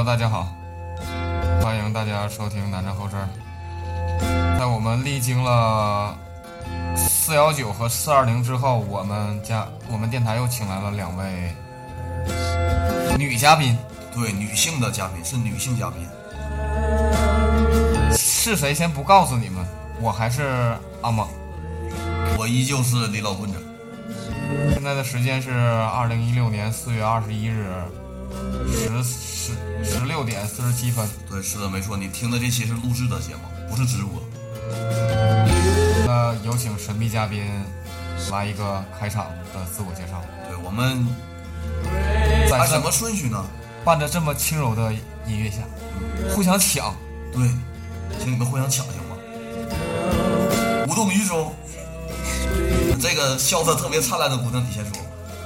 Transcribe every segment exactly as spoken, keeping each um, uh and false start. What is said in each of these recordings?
大家好，欢迎大家收听南站后事。在我们历经了四一九和四二零之后，我们家我们电台又请来了两位女嘉宾。 对，女性的嘉宾是女性嘉宾。 是谁先不告诉你们，我还是阿猛， 我依旧是李老棍子。 现在的时间是二零一六年四月二十一日十十十六点四十七分。 对，是的，没错，你听的这期是录制的节目，不是直播。 那有请神秘嘉宾来一个开场的自我介绍。 对，我们在按什么顺序呢？ 伴着这么轻柔的音乐下，互相抢。 对，请你们互相抢行吗？无动于衷。这个笑得特别灿烂的姑娘，你先说。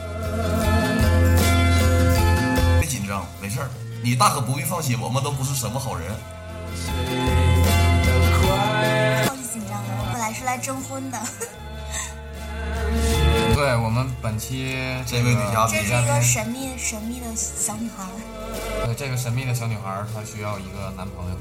别紧张，没事儿，你大可不必放心，我们都不是什么好人。 超级紧张的，我本来是来征婚的。 对，我们本期这位女嘉宾， 这是一个神秘神秘的小女孩。 对，这个神秘的小女孩，她需要一个男朋友。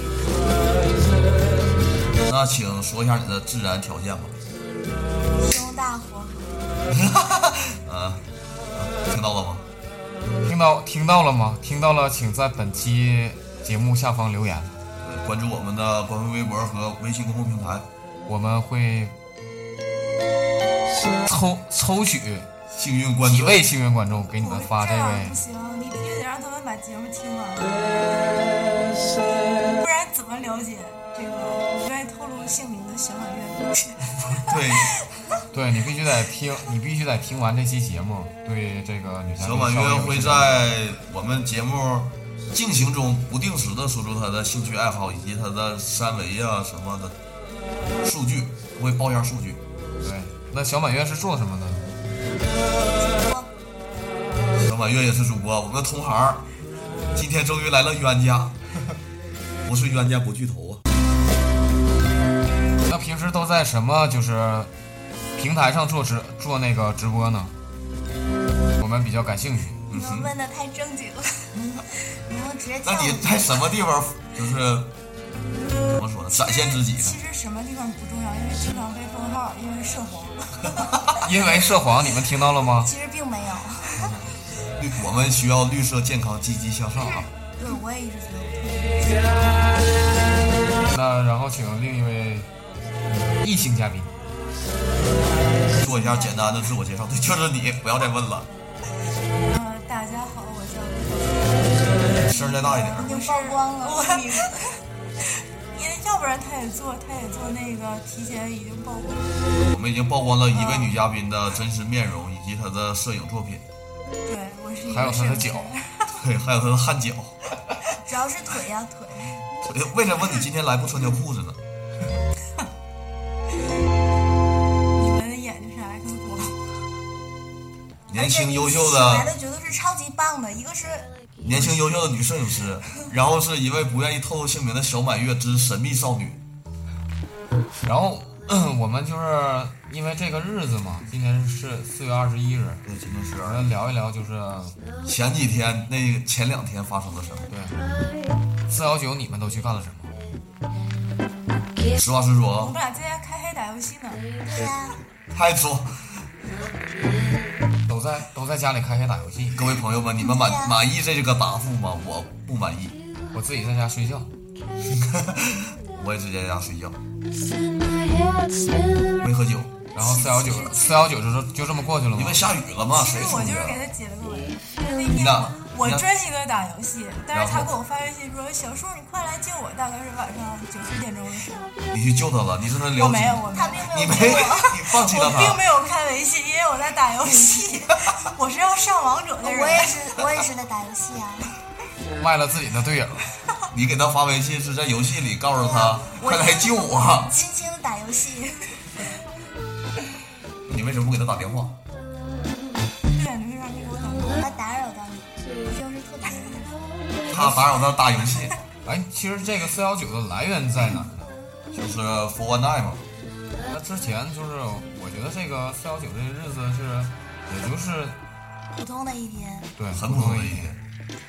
那请说一下你的自然条件吧。 胸大火嗯，听到了吗？ 听到听到了吗？听到了，请在本期节目下方留言。 对，关注我们的官方微博和微信公众平台， 我们会抽抽取幸运观众几位幸运观众给你们发这位。 不行，你必须得让他们把节目听完，不然怎么了解这个不愿意透露姓名的小满月故事？ 对， 对你必须得听，你必须得听完这期节目，对这个女嘉宾小满月会在我们节目进行中不定时的说出她的兴趣爱好以及她的三围啊什么的数据，会报一下数据。 对，那小满月是做什么的？ 小满月也是主播，我们的同行，今天终于来了冤家，不是冤家不聚头啊。 那平时都在什么就是平台上做直做那个直播呢？我们比较感兴趣。 你们问的太正经了，你们直接跳。 那你在什么地方就是怎么说呢？展现自己呢？ 其实什么地方不重要，因为经常被封号，因为涉黄。 因为涉黄，你们听到了吗？ 其实并没有。 我们需要绿色、健康、积极向上啊！ 对，我也一直觉得。 那然后请另一位异性嘉宾做一下简单的自我介绍。对，就是你，不要再问了。 呃，大家好，我叫声再大一点。 已经曝光了， 我名字。因为要不然他也做，他也做那个提前已经曝光了。 我们已经曝光了一位女嘉宾的真实面容以及她的摄影作品。 对，我是一个还有她的脚。 对，还有她的汗脚。 主要是腿呀、啊、腿。 为什么你今天来不穿条裤子呢？ 你们的眼睛是 X 光。 年轻优秀的， 来的绝对是超级棒的，一个是年轻优秀的女摄影师，然后是一位不愿意透露姓名的小满月之神秘少女。 然后、嗯、我们就是因为这个日子嘛，今天是四月二十一日， 对，今天是我们聊一聊就是前几天那个前两天发生了什么。 对，四一九你们都去干了什么？ 实话实说啊， 我们俩在家开黑打游戏呢。 对呀、啊， 太说， 都在都在家里开黑打游戏。 各位朋友们，你们满满意这个答复吗？我不满意。 我自己在家睡觉。 我也直接在家睡觉，没喝酒。 然后四一九四一九就就这么过去了吗？ 因为下雨了嘛，谁出去其实我就是给啊？ 他解了个围。那天那我专心的打游戏，但是他然后给我发微信说：“小树，你快来救我！”大概是晚上九十点钟的时候。 你去救他了？你是他了解？ 我没有，我没他有。 你没， 并没有救我。 你放弃了他。 我并没有开微信，因为我在打游戏。我是要上王者的人。 我也是，我也是在打游戏啊。 卖了自己的队友。 你给他发微信是在游戏里告诉他快来救我。 轻轻的打游戏。 你为什么不给他打电话？ 对，你为啥没给我打电话？ 他打扰到你，就是特别。 他打扰他打游戏。 哎，其实这个四一九的来源在哪儿呢？ 就是 For One Night 嘛。 那之前就是我觉得这个四一九这个日子是，也就是普通的一天， 对很普通的一天。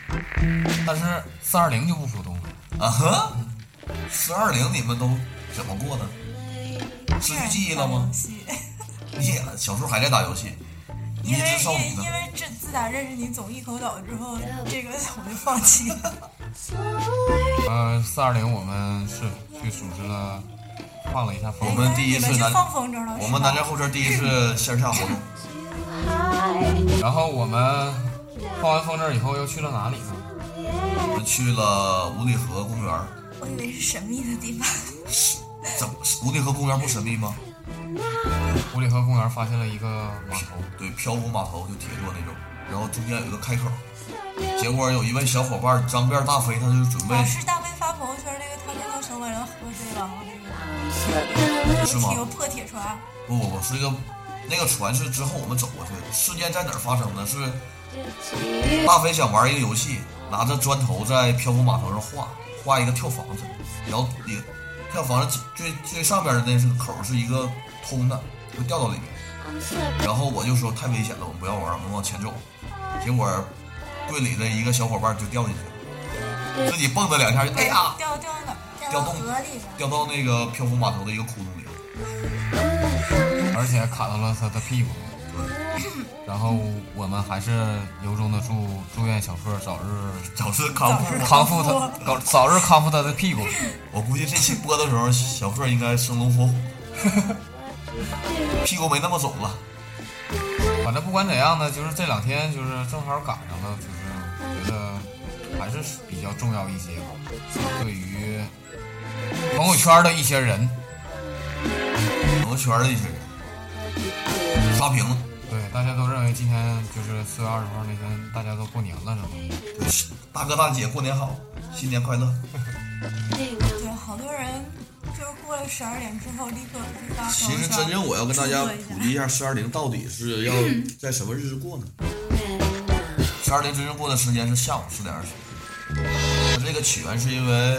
但是四二零就不普通了。 啊哈，四二零你们都怎么过的？失去记忆了吗？灭了，小时候还在打游戏。 因为一直少女呢因为这自打认识你总一口岛之后，这个我就放弃了。 呃，四二零我们是去组织了，放了一下风。 我们第一次南你们去放风筝了， 我们南站后身第一次线下活动， 然后我们放完风筝以后又去了哪里呢？ 我们去了五里河公园。 我以为是神秘的地方。 怎么五里河公园不神秘吗？ 五里河公园发现了一个码头， 对，漂浮码头就铁做那种，然后中间有一个开口。结果有一位小伙伴张辫大飞，他就准备啊，是大飞发朋友圈那个他跟那小矮人喝醉了那个， 是吗有个破铁船。 不不不是一个那个船是之后我们走过去的。事件在哪儿发生的？是大飞想玩一个游戏，拿着砖头在漂浮码头上画画一个跳房子，然后里跳房子最最上边的那是口是一个通的，会掉到里面。然后我就说太危险了，我们不要玩，我们往前走。结果队里的一个小伙伴就掉进去了，自己蹦跶两下就哎呀， 掉掉哪？ 掉洞河里边。 掉到那个漂浮码头的一个窟窿里。 而且卡到了他的屁股。然后我们还是由衷的祝祝愿小贺早日早日康复。 康复他，早早日康复他的屁股。 我估计这期播的时候，小贺应该生龙活虎，屁股没那么肿了。 反正不管怎样呢，就是这两天就是正好赶上了，就是觉得还是比较重要一些吧。对于朋友圈的一些人， 朋友圈的一些人刷屏了。 对，大家都认为今天就是四月二十号那天，大家都过年了，是吗？ 大哥大姐过年好，新年快乐。 对，好多人就是过了十二点之后立刻去发朋友圈。 其实真正我要跟大家普及一下四二零到底是要在什么日子过呢？四二零真正过的时间是下午四点二十。它这个起源是因为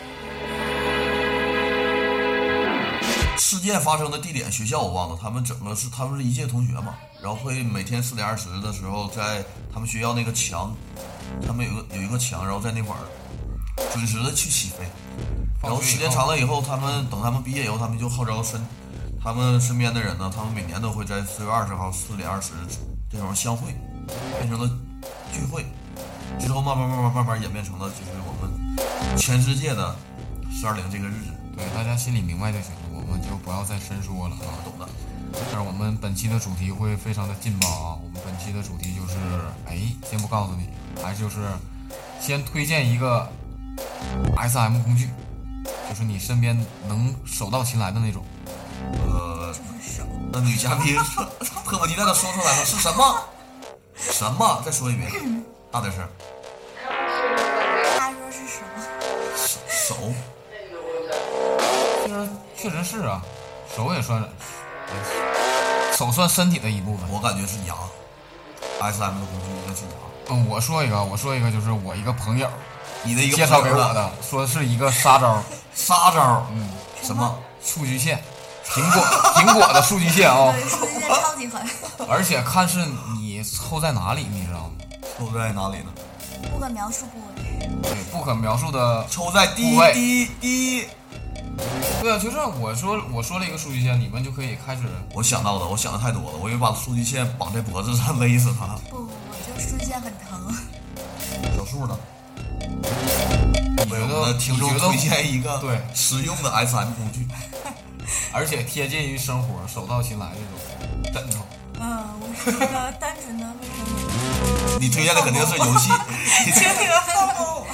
事件发生的地点学校我忘了，他们整个是他们是一届同学嘛，然后会每天四点二十的时候在他们学校那个墙，他们有个有一个墙，然后在那块儿准时的去起飞。然后时间长了以后，他们等他们毕业以后，他们就号召身，他们身边的人呢，他们每年都会在四月二十号四点二十这种相会，变成了聚会，之后慢慢慢慢慢慢演变成了就是我们全世界的四二零这个日子。 对，大家心里明白就行了，我们就不要再深说了啊， 懂的。 但是我们本期的主题会非常的劲爆啊！我们本期的主题就是，哎，先不告诉你，还就是先推荐一个 S M 工具，就是你身边能手到擒来的那种。 呃，那女嘉宾迫不及待的说出来了，是什么？什么？再说一遍，大点声。 他说是什么？ 手。 就是确实是啊，手也算，手算身体的一部分。 我感觉是牙 ，S M 的工具应该是牙。 嗯，我说一个，我说一个，就是我一个朋友， 你的一个介绍给我的，说是一个杀招， 杀招， 嗯， 什么？ 数据线，苹果苹果的数据线啊、 对，数据线超级狠。 而且看是你抽在哪里，你知道吗？ 抽在哪里呢？ 不可描述部位。 对，不可描述的抽在第部位第第。 对啊，就是我说我说了一个数据线，你们就可以开始。 我想到的，我想的太多了，我以为把数据线绑在脖子上勒死他。 不不不，就数据线很疼。 小树呢？ 你觉得我们的听众推荐一个对实用的 S M 工具， 而且贴近于生活，手到擒来这种枕头。 嗯，我是一个单纯的为什么？ 你推荐的肯定是游戏。 请你们放过我。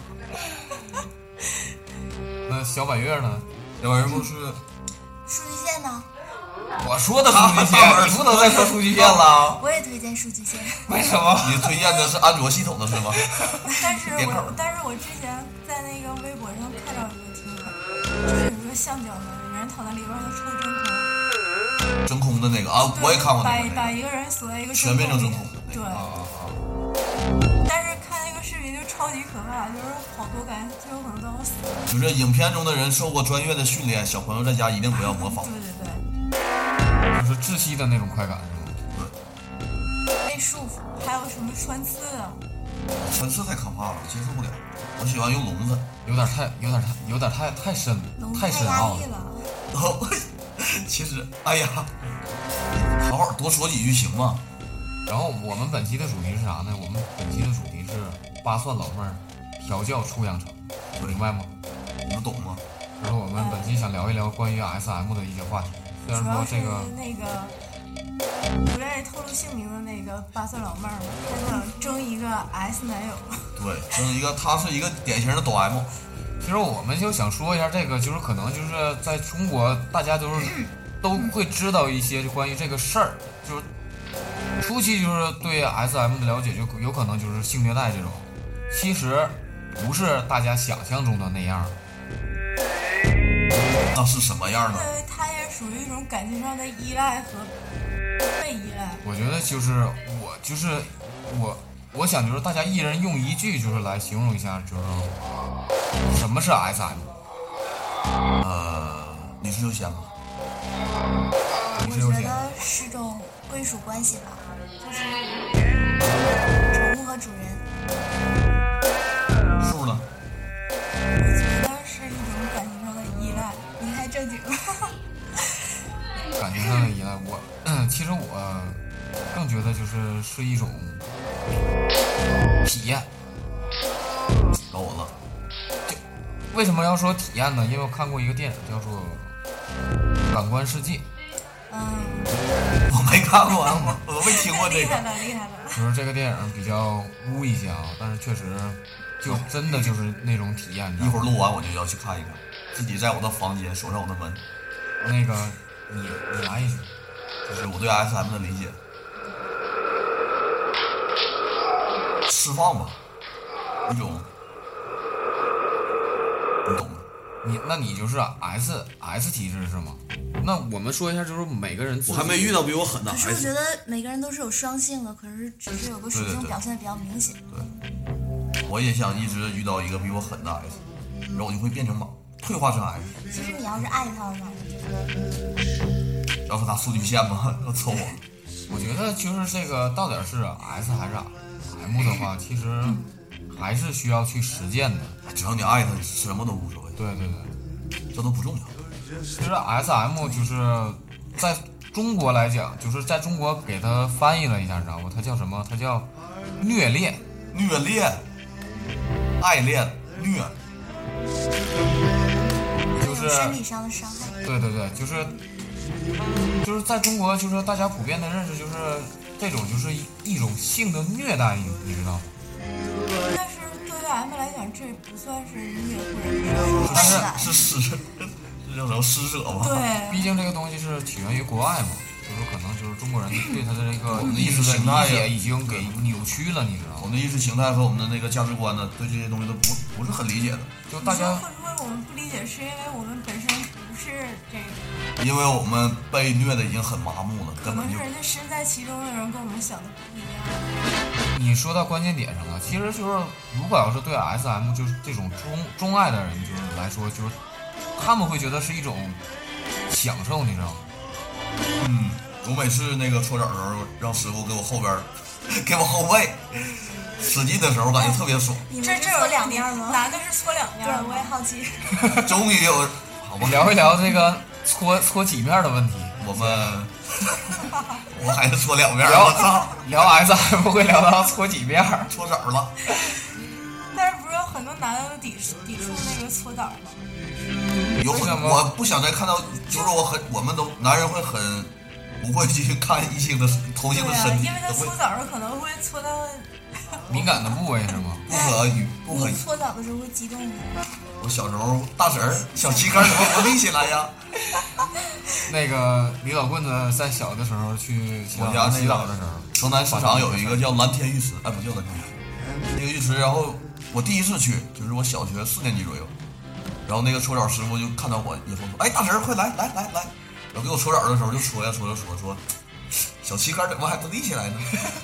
那小百月呢？ 小百月不是数据线呢？ 我说的数据线，你不能再说数据线了。 我也推荐数据线。 为什么？ 你推荐的是安卓系统的是吗？ 但是我但是我之前在那个微博上看到一个挺狠，就是有一个橡胶的，有人躺在里边儿抽真空。 真空的那个啊，我也看过那把个。 把一个人锁在一个全变成真空的。 对。 啊啊啊！ 但是看那个视频就超级可怕，就是好多感最后可能都要死。 就是影片中的人受过专业的训练，小朋友在家一定不要模仿。 对对对。 就是窒息的那种快感是吗？ 被束缚，还有什么穿刺啊？ 粉色太可怕了，接受不了。我喜欢用笼子， 有点太有点太有点太太深太深奥了。 哦，其实，哎呀，好好多说几句行吗？ 然后我们本期的主题是啥呢？我们本期的主题是八蒜老妹儿调教初养成，明白吗？ 你们懂吗？ 就是我们本期想聊一聊关于 S M 的一些话题。虽然说这个那个不愿意透露姓名的那个八蒜老妹儿，她想争一个 S 男友。 对，争一个，他是一个典型的抖 M。 其实我们就想说一下这个，就是可能就是在中国，大家都是都会知道一些关于这个事儿，就是初期就是对 S M 的了解，就有可能就是性虐待这种，其实不是大家想象中的那样。 那是什么样呢？ 因为它也属于一种感情上的依赖和被依赖。 我觉得就是我就是我我想就是大家一人用一句就是来形容一下，就是什么是 S M。 呃，女士优先吧。 我觉得是种归属关系吧，就是宠物和主人。 数呢？ 我觉得是一种感情上的依赖。你太正经了。 感情上的依赖，我、嗯、其实我更觉得就是是一种体验。 找我了。 就为什么要说体验呢？因为我看过一个电影叫做《感官世界》。 嗯， 我没看过啊，我我没听过这个。 厉害了，厉害了。 就是这个电影比较污一些啊，但是确实就真的就是那种体验。 一会儿录完我就要去看一看，自己在我的房间锁上我的门。 那个你你来一句， 就是我对 S M 的理解，释放吧，一种，你懂吗？ 你那你就是 S S 体质是吗？那我们说一下，就是每个人自己我还没遇到比我狠的可 S。 是我觉得每个人都是有双性的，可是只是有个属性表现的比较明显。 对，我也想一直遇到一个比我狠的 S， 然后我就会变成马，退化成 S。 其实你要是爱他的话， 要是拿数据线吗？要抽我。 我觉得就是这个到底是 S 还是 M 的话，其实还是需要去实践的。 只要你爱他，什么都无所谓。 对对对， 这都不重要。 其实 S M 就是在中国来讲，就是在中国给它翻译了一下，知道吗？它叫什么？它叫虐恋、 虐恋、爱恋、虐， 就是身体上的伤害。 对对对，就是就是在中国，就是大家普遍的认识就是这种就是一一种性的虐待，你你知道吗？ 但是对于 M 来讲，这不算是虐或者是是施，是叫什么施舍吗？ 对， 毕竟这个东西是起源于国外嘛，就是可能就是中国人对它的这个我们的意识的意识形态理解已经给扭曲了，你知道吗？ 我们的意识形态和我们的那个价值观呢，对这些东西都不不是很理解的。 就大家会不会我们不理解，是因为我们本身不是这个？ 因为我们被虐的已经很麻木了， 可根本就是能人家身在其中的人跟我们想的不一样。 你说到关键点上了，其实就是如果要是对 S M 就是这种钟钟爱的人就是来说，就是他们会觉得是一种享受，你知道吗？ 嗯，我每次那个搓澡的时候，让师傅给我后边给我后背使劲的时候，感觉特别爽。 这这有两面吗？哪个是搓两面？ 对，我也好奇。 终于有，好吧， 聊一聊这个搓搓几面的问题。 我们我还是搓两面， 聊我操， 聊 S M 会聊到搓几面， 搓澡了。 但是不是有很多男的抵抵触那个搓澡吗？ 有很，我不想再看到，就是我很，我们都男人会很不会去看异性的同性的身体， 因为他搓澡时候可能会搓到敏感的部位是吗？ 不可与不可你。搓澡的时候会激动吗？ 我小时候大婶儿小旗杆怎么不立起来呀？ 那个李老棍子在小的时候去洗澡我家那洗澡的时候， 城南市场有一个叫蓝天浴池，哎，不叫蓝天浴池，那个浴池，然后我第一次去，就是我小学四年级左右，然后那个搓澡师傅就看到我以后说：“哎，大婶儿，快来来来来！”然后给我搓澡的时候就搓呀搓呀搓搓，小旗杆怎么还不立起来呢？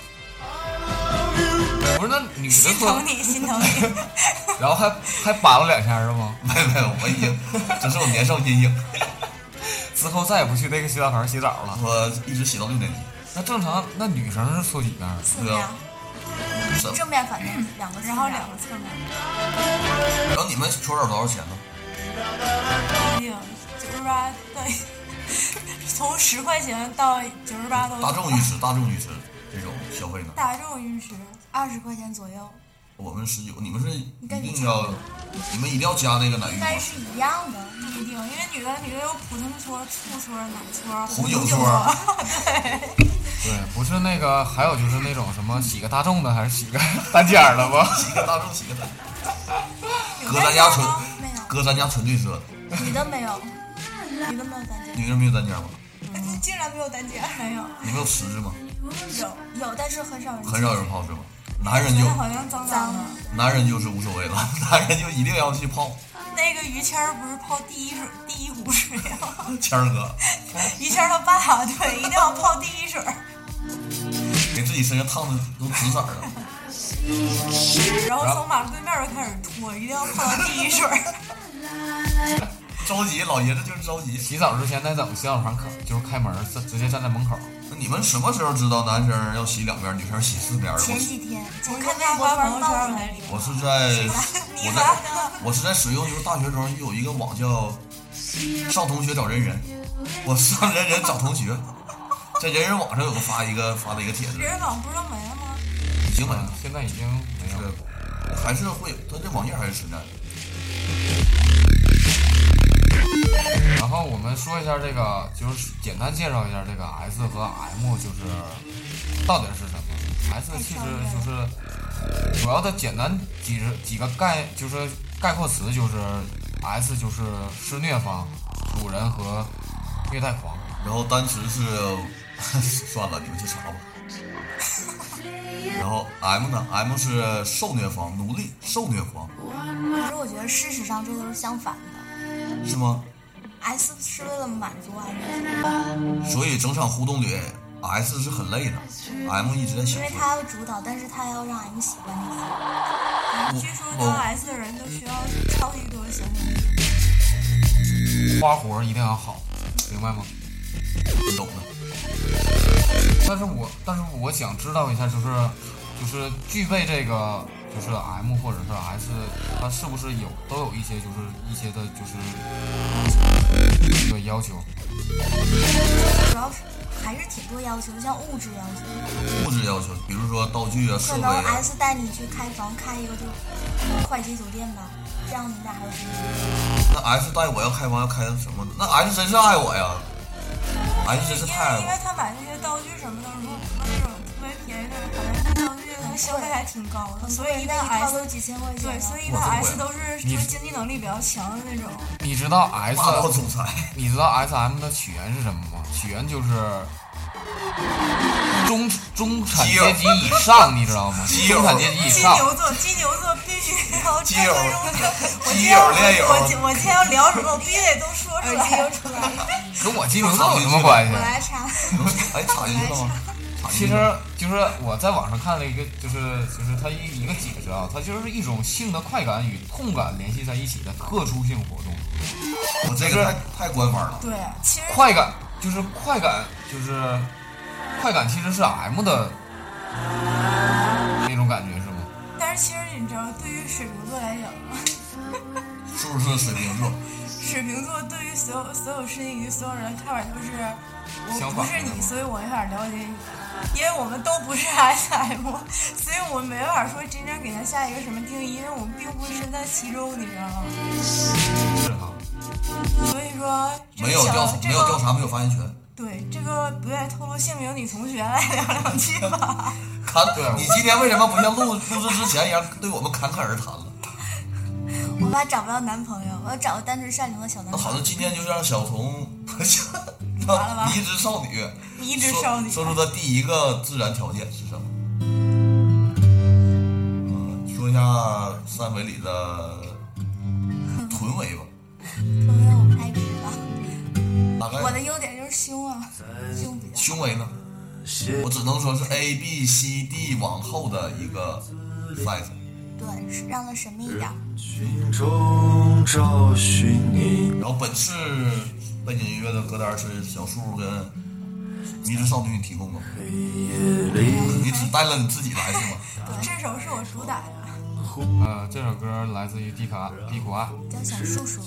不是那女的心搓疼，你，心疼你。 然后还还扒拉两下是吗？ 没有没有，我已经这是我年少阴影， 之后再也不去那个洗澡房洗澡了。 我一直洗到六年级。 那正常，那女生是搓几面？ 四面。 正面反面两个， 然后两个侧面。 然后你们球手多少钱呢？ 不定九十八到从十块钱到九十八都有。 大众浴池，大众浴池这种消费呢？ 大众浴池二十块钱左右。 我们十九，你们是一定要，你们一定要加那个奶浴吗？ 应该是一样的， 不一定，因为女的女的有普通搓、醋搓、奶搓、 红酒搓， 对。 对，不是那个，还有就是那种什么洗个大众的，还是洗个单间的不？ 洗个大众，洗个单。搁咱家纯，搁咱家纯绿色的。女的没有，女的没有单间。 女的没有单间吗？ 你竟然没有单间？没有。 你们有池子吗？ 有有，但是很少人。 很少人泡是吗？男人就好像脏脏的。 男人就是无所谓了，男人就一定要去泡。 那个于谦儿不是泡第一水第一壶水啊？ 谦儿哥， 于谦儿他爸对，一定要泡第一水， 给自己身上烫的都紫色了。 然后从马路对面就开始脱，一定要泡到第一水。 着急，老爷子就是着急。 洗澡之前得等洗澡房开，就是开门，直接站在门口。 那你们什么时候知道男生要洗两边，女生洗四边？ 前几天， 我看微博朋友圈我才知道。 我是在我在我是在使用，就是大学中有一个网叫上同学找人人，我上人人找同学，在人人网上有个发一个发的一个帖子。 人人网不是都没了吗？ 已经没了， 现在已经没有了， 还是会，它这网页还是存在的。 然后我们说一下这个，就是简单介绍一下这个 S 和 M， 就是到底是什么 ？S 其实就是主要的简单几几个概，就是概括词，就是 S 就是施虐方、主人和虐待狂。 然后单词是算了，你们去查吧。然后 M 呢 ？M 是受虐方、奴隶、受虐狂。 可是我觉得事实上这都是相反的。 是吗 ？S 是为了满足 M， 所以整场互动里 S 是很累的 ，M 一直在享受。 因为他要主导，但是他要让 M 喜欢他。 据说当 S 的人都需要超级多的行为。 花活一定要好，明白吗？ 你懂的。 但是我但是我想知道一下，就是就是具备这个就是 M 或者是 S， 它是不是有都有一些就是一些的就是对要求？ 主要是还是挺多要求，像物质要求。 物质要求，比如说道具啊、设备啊。 可能 S 带你去开房，开一个就快捷酒店吧，这样你俩还有什么？ 那 S 带我要开房要开什么？那 S 真是爱我呀 ！S 真是太爱我。 因为他买那些道具什么的，如果不是那种特别便宜的，好像道具它消费还挺高的，所以一般 S 都几千块钱。 对，所以一般 S 都是就是经济能力比较强的那种。 你知道 S 霸道总裁？ 你知道 S M 的起源是什么吗？起源就是中中产阶级以上，你知道吗？中产阶级以上。 金牛座，金牛座必须要基友， 基友恋友。 我我今天要聊什么，我必须得都说出来。 出来。 跟我金牛座有什么关系？ 我来查。 哎，查进去了吗？ 其实就是我在网上看了一个，就是就是它一一个解释啊，它就是一种性的快感与痛感联系在一起的特殊性活动。 我这个太太官方了。 对，其实快感就是快感，就是快感其实是 M 的那种感觉是吗？ 但是其实你知道，对于水瓶座来讲， 是不是水瓶座？ 水瓶座对于所有所有事情与所有人的看法就是，我不是你，所以我没法了解你。因为我们都不是 S M， 所以我们没办法说真正给他下一个什么定义，因为我们并不是身在其中，你知道吗？ 是哈。 所以说没有调查，没有调查，没有发言权。 对，这个不愿透露姓名女同学来聊两句吧。 看，你今天为什么不像录录制之前一样对我们侃侃而谈了？ 我怕找不到男朋友，我要找个单纯善良的小男生。 那好像今天就让小童让迷之少女迷之少女说出的第一个自然条件是什么？嗯，说一下三维里的臀围吧。 臀围我拍直了。 大概。 我的优点就是胸啊，胸比较。 胸围呢？我只能说是 A B C D 往后的一个 size。 对，是让它神秘一点。 然后本次背景音乐的歌单是小树跟迷之少女你提供吗？你只带了你自己来是吗？ 这首是我主打的。 呃，这首歌来自于迪卡迪苦阿， 叫小树树。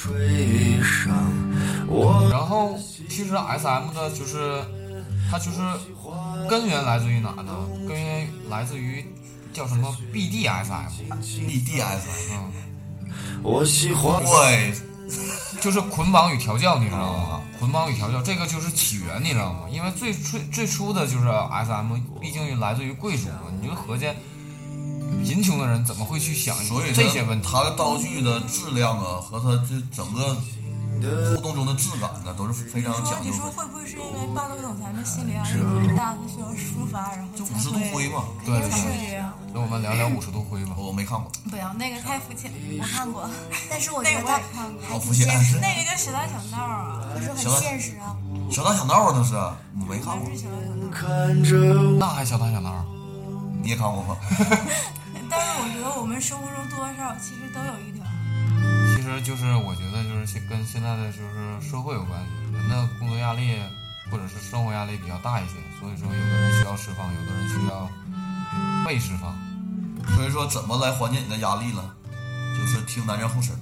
然后其实 S M 的就是它就是根源来自于哪呢？根源来自于叫什么 B D S M。B D S M。 嗯， 我喜欢。对， 就是捆绑与调教，你知道吗？捆绑与调教，这个就是起源，你知道吗？因为最最最初的就是 S M， 毕竟来自于贵族嘛，你就合计。贫穷的人怎么会去想这些问题？ 他的道具的质量啊，和他这整个互动中的质感呢，都是非常讲究的。 你说会不会是因为霸道总裁的心理压力很大，他需要抒发，然后就五十度灰嘛？ 对对对。 那我们聊聊五十度灰吧。 我没看过。 不要那个太肤浅， 我看过，但是我觉得那个我也看过， 还挺现实。 那个叫小打小闹啊， 可是很现实啊。 小打小闹那是，我没看过。 那还小打小闹？ 你也看过吗？ 但是我觉得我们生活中多多少少其实都有一条。 其实就是我觉得就是跟现在的就是社会有关系，人的工作压力或者是生活压力比较大一些，所以说有的人需要释放，有的人需要被释放。 所以说怎么来缓解你的压力呢？就是听男人后身。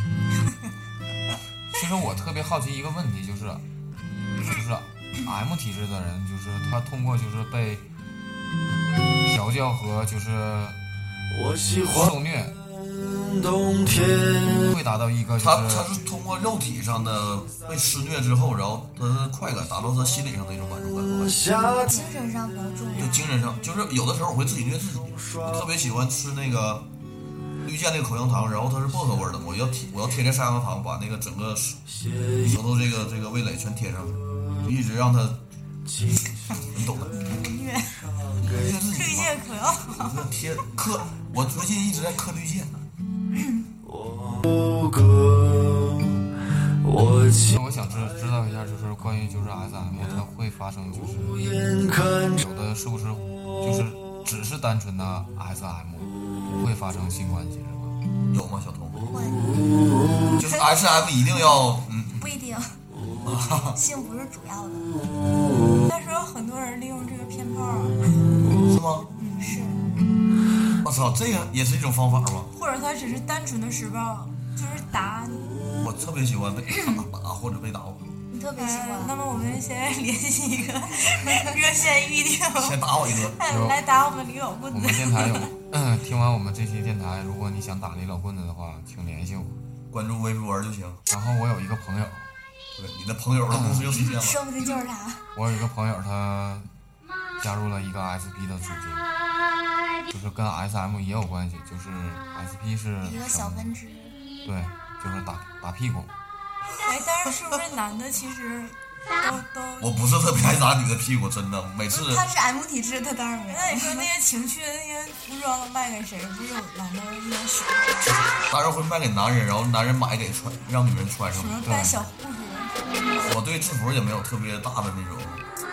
其实我特别好奇一个问题，就是就是 M 体质的人，就是他通过就是被调教和就是受虐，会达到一个、就是、 他他是通过肉体上的被施虐之后，然后他的快感达到他心理上的一种满足感。 精神上比较重要。 对，精神上就是有的时候我会自己虐自己，我特别喜欢吃那个绿箭那个口香糖，然后它是薄荷味的，我要贴我要贴这砂糖糖，把那个整个舌头这个这个味蕾全贴上，就一直让它，你懂的。 虐。绿箭可要好。 贴刻，我最近一直在刻绿箭。 那我想知知道一下，就是关于就是 S M 它会发生就是有的是不是就是只是单纯的 S M 不会发生性关系是吗？ 有吗，小童？就是 S M 一定要嗯？ 不一定，性不是主要的。 但是有很多人利用这个骗炮啊。 是吗？ 嗯，是。 我操，这个也是一种方法吗？ 或者他只是单纯的施暴，就是打你。 我特别喜欢被打打或者被打我。 你特别喜欢、呃？ 那么我们先联系一个热线预定。 先打我一个。 来打我们李老棍子。 我们电台有，嗯，听完我们这期电台，如果你想打李老棍子的话，请联系我， 关注微博就行。 然后我有一个朋友， 对，你的朋友的故事又出现了。 说不定就是他。 我有一个朋友，他加入了一个 S P 的组织。就是跟 S M 也有关系，就是 S P 是一个小分支， 对，就是打打屁股。 哎，但是是不是男的其实都都？ 我不是特别爱打女的屁股，真的，每次。 他是 M 体质，他当然没有。 那你说那些情趣的那些服装卖给谁？不是有男的一边使？ 当然会卖给男人，然后男人买给穿，让女人穿上。 什么带小护士？ 我对制服也没有特别大的那种。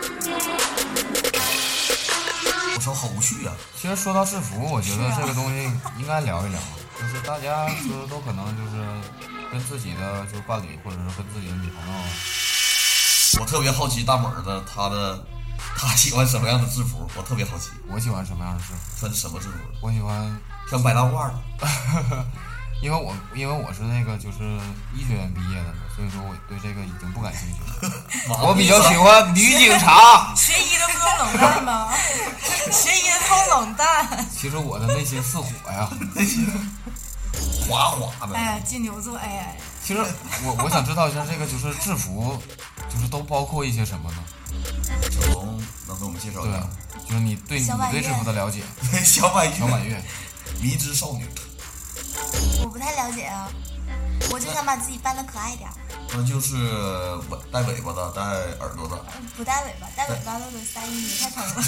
我操，好无趣呀、啊！ 其实说到制服，我觉得这个东西应该聊一聊，就是大家就是都可能就是跟自己的就是伴侣或者是跟自己的女朋友。 我特别好奇大猛的他的他喜欢什么样的制服，我特别好奇。 我喜欢什么样的制服？ 穿什么制服？ 我喜欢像白大褂的。 因为我因为我是那个就是医学院毕业的嘛，所以说我对这个已经不感兴趣了。我比较喜欢女警察。 学医的不都冷淡吗？学医的都冷淡。 其实我的内心似火呀， 内心滑滑的。 哎呀，金牛座，哎呀。 其实我我想知道一下，这个就是制服，就是都包括一些什么呢？ 小龙能给我们介绍一下？ 对，就是你对你对制服的了解。 小满月， 小满月， 迷之少女。 我不太了解啊，我就想把自己扮得可爱点。 那就是带尾巴的，带耳朵的。 不带尾巴，带尾巴都得塞进去，太疼了。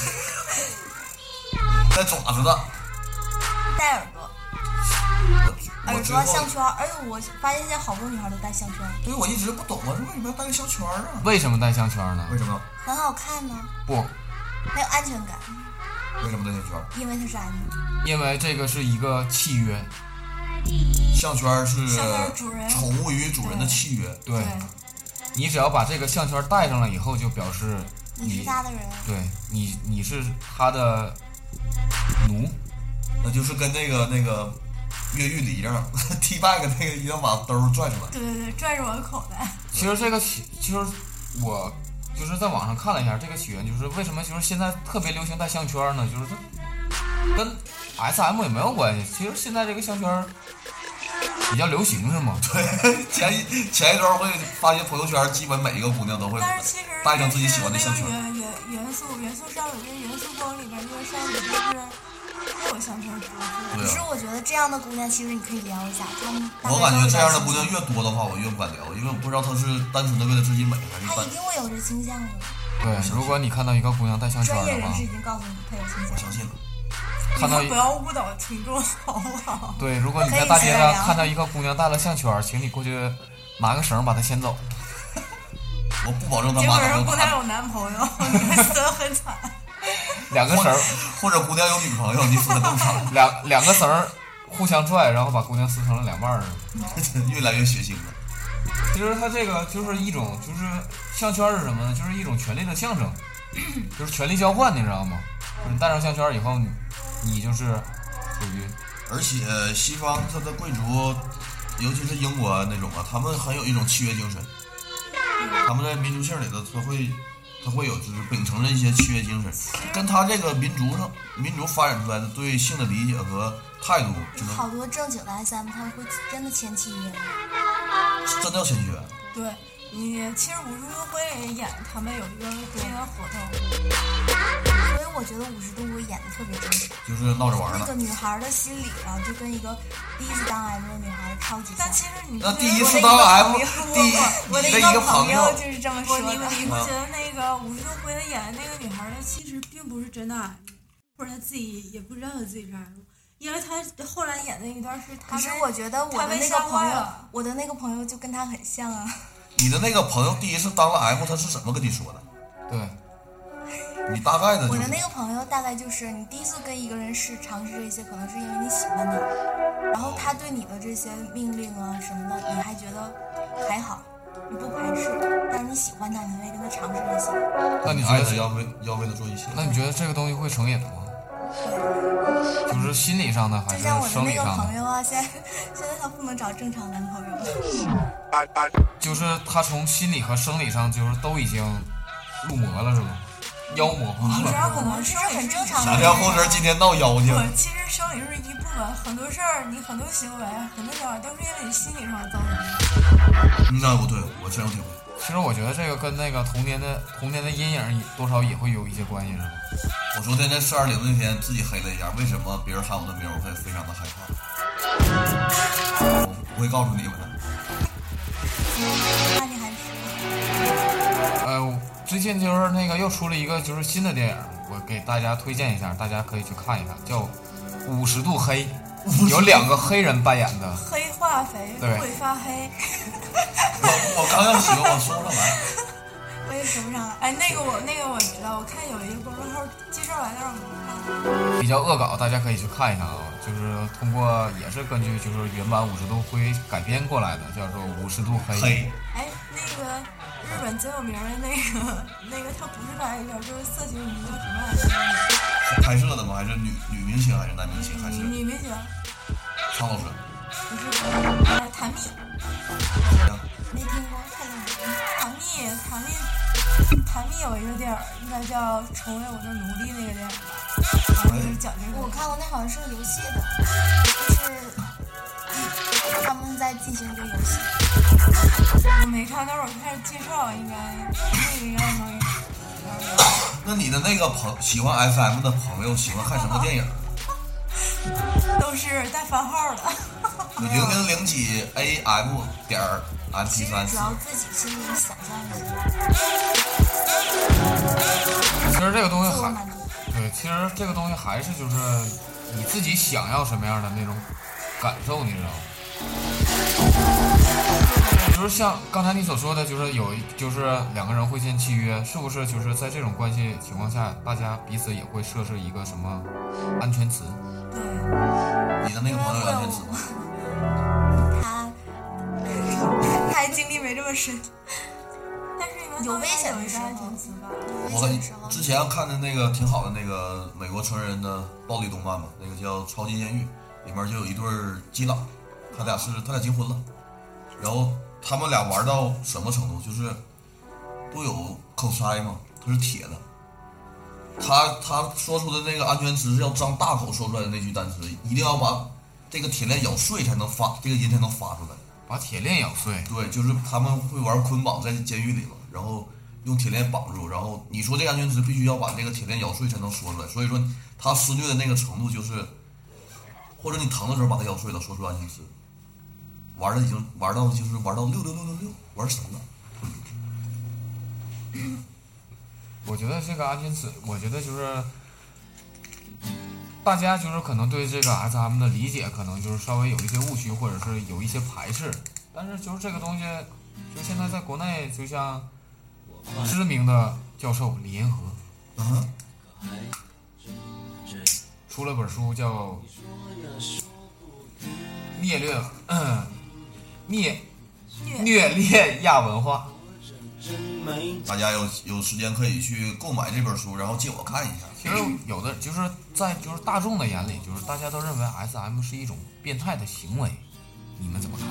带爪子的。 带耳朵。耳朵项圈，而且我发现现在好多女孩都戴项圈。 对，我一直不懂啊，为什么要戴个项圈啊？ 为什么戴项圈呢？ 为什么？ 很好看呢。 不。 很有安全感。 为什么戴项圈？ 因为它是 M。 因为这个是一个契约。 项圈是宠物与主人的契约。 对，你只要把这个项圈戴上了以后，就表示你是他的人， 对你你是他的奴， 那就是跟那个那个越狱里一样，T back 那个一定要把兜拽出来。 对对对，拽着我的口袋。 其实这个起，其实我就是在网上看了一下，这个起源就是为什么就是现在特别流行戴项圈呢？就是它跟 S M 也没有关系。其实现在这个项圈比较流行是吗？ 对，前一前一段会发现朋友圈，基本每一个姑娘都会但是其实带上自己喜欢的项圈。 元元元素元素少女跟元素光里边这个少女就是没有项圈多。 可是我觉得这样的姑娘其实你可以撩一下，她们。 我感觉这样的姑娘越多的话，我越不敢撩，因为我不知道她是单纯的为了自己美，还是她一定会有这倾向的。 对，如果你看到一个姑娘戴项圈的话， 专业人士已经告诉你她有倾向。 我相信了。 看到不要误导听众，好不好？ 对，如果你在大街上看到一个姑娘戴了项圈，请你过去拿个绳把她牵走。 我不保证她结妈能果人姑娘有男朋友，你们死得很惨。 两个绳， 或者姑娘有女朋友，你死得更惨。 两两个绳互相拽，然后把姑娘撕成了两半儿。 越来越血腥了。 其实它这个就是一种，就是项圈是什么呢？就是一种权力的象征，就是权力交换，你知道吗？就是你戴上项圈以后，你你就是属于。 而且西方它的贵族，尤其是英国那种啊，他们很有一种契约精神。他们在民族性里头，他会他会有就是秉承着一些契约精神，跟他这个民族上民族发展出来的对性的理解和态度， 好多正经的 S M 他会真的签契约， 真的要签契约。 对，你其实武术会演他们有一个这个活动， 所以我觉得五十度我演的特别真实， 就是闹着玩那个女孩的心理啊，就跟一个第一次当 M 的女孩超级像。 但其实你那第一次当 M， 第一我的一个朋友就是这么说的。 你不觉得那个武术会的演的那个女孩，她其实并不是真的 M， 或者她自己也不知道她自己是 M， 因为她后来演的一段是她。 可是我觉得我的那个朋友，我的那个朋友就跟她很像啊。 你的那个朋友第一次当了 M， 他是怎么跟你说的？ 对， 你大概的、就是。 我的那个朋友大概就是你第一次跟一个人试尝试这些，可能是因为你喜欢他，然后他对你的这些命令啊什么的，你还觉得还好，你不排斥，但是你喜欢他，你会跟他尝试这些。 那你爱他要为要为他做一切。 那你觉得这个东西会成瘾吗？ 对， 就是心理上的还是生理上的？ 就像我的那个朋友啊，现在现在他不能找正常男朋友了。 就是他从心理和生理上就是都已经入魔了，是吗？妖魔化你知了。 道可能是很正常的。 小天后人今天闹妖精。 其实生理是一部分，很多事儿，你很多行为，很多想法都是因为你心理上造成的。 那不对，我深有体会。 其实我觉得这个跟那个童年的童年的阴影多少也会有一些关系，是吧？ 我昨天在四二零那天自己黑了一下，为什么别人喊我的名我会非常的害怕？我不会告诉你们的。 那你还是呃，最近就是那个又出了一个就是新的电影，我给大家推荐一下，大家可以去看一看，叫《五十度黑》，有两个黑人扮演的。 黑化肥会发黑。 我我刚要学，我说不上来。 我也说不上来。 哎，那个我那个我知道，我看有一个公众号介绍完，但是我没看。 比较恶搞，大家可以去看一看啊。就是通过也是根据就是原版五十度灰改编过来的，叫做五十度黑。 黑。 哎，那个日本最有名的那个那个，他不是拍一个，就是色情迷叫什么来着？ 是拍摄的吗？还是女女明星还是男明星？还是女明星？ 苍老师。 不是，呃，谭蜜。 没听过，太冷门。 谭蜜，谭蜜，谭蜜有一个电影，应该叫《成为我的奴隶》那个电影吧？好像就是讲这个。 我看过，那好像是个游戏的，就是他们在进行一个游戏。 我没看，但是我看介绍，应该那个应该能。 那你的那个朋喜欢 S M 的朋友喜欢看什么电影？ 都是带番号的。 零零零几 A M 点 M P 三。 主要自己心里想象一下。其实这个东西还对，其实这个东西还是就是你自己想要什么样的那种感受，你知道吗？就是像刚才你所说的，就是有就是两个人会签契约，是不是？就是在这种关系情况下，大家彼此也会设置一个什么安全词？ 对， 你的那个朋友有安全词吗？ 他他还经历没这么深， 但是因为有危险的有一时候个安全词吧。 有危我险的时候， 之前看的那个挺好的那个美国成人的暴力动漫嘛，那个叫《超级监狱》，里面就有一对基佬，他俩是他俩结婚了，然后他们俩玩到什么程度，就是都有口塞嘛，它是铁的，他他说出的那个安全词是要张大口说出来的那句单词，一定要把这个铁链咬碎才能发，这个音才能发出来。 把铁链咬碎。 对，就是他们会玩捆绑在监狱里嘛，然后用铁链绑住，然后你说这个安全词必须要把这个铁链咬碎才能说出来，所以说他施虐的那个程度就是，或者你疼的时候把它咬碎了，说出安全词，玩的已经玩到就是玩到六六六六六，玩神了。 我觉得这个安全词，我觉得就是大家就是可能对这个 S M 的理解可能就是稍微有一些误区，或者是有一些排斥，但是就是这个东西，就现在在国内，就像知名的教授李银河， 嗯， 出了本书叫《虐略嗯虐虐猎亚文化》。 大家有有时间可以去购买这本书，然后借我看一下。 其实有的就是在就是大众的眼里，就是大家都认为 S M 是一种变态的行为，你们怎么看？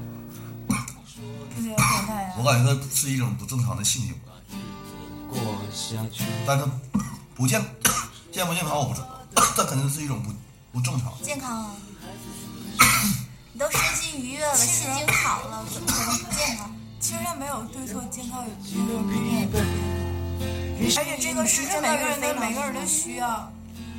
不觉得变态啊？ 我感觉它是一种不正常的性行为，但它不健健不健康我不知道，但肯定是一种不不正常。 健康啊！你都身心愉悦了，心情好了，怎么可能不健康？ 其实它没有对错，健康有有没有不一样的，而且这个是每个人的每个人的需要。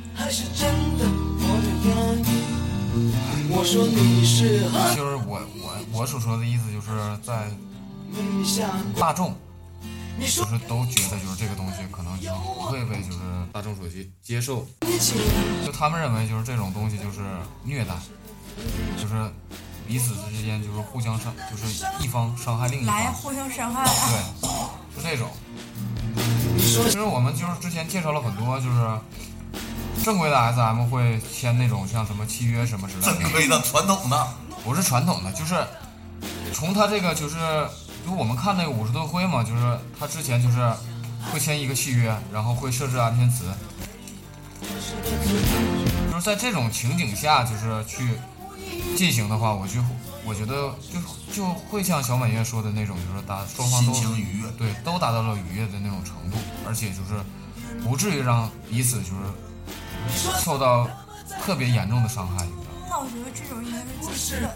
就是我我我所说的意思，就是在大众，就是都觉得就是这个东西可能就是不会被就是大众所接接受，就他们认为就是这种东西就是虐待，就是彼此之间就是互相伤，就是一方伤害另一方， 来互相伤害。 对，是这种。其实我们就是之前介绍了很多，就是正规的 S M 会签那种像什么契约什么之类的。 正规的传统的， 不是传统的，就是从他这个就是，就我们看那个五十度灰嘛，就是他之前就是会签一个契约，然后会设置安全词，就是在这种情景下，就是去进行的话，我就我觉得就就会像小满月说的那种，就是达双方都心情愉悦， 对，都达到了愉悦的那种程度，而且就是不至于让彼此就是受到特别严重的伤害，你知道吗？ 那我觉得这种应该是自私的。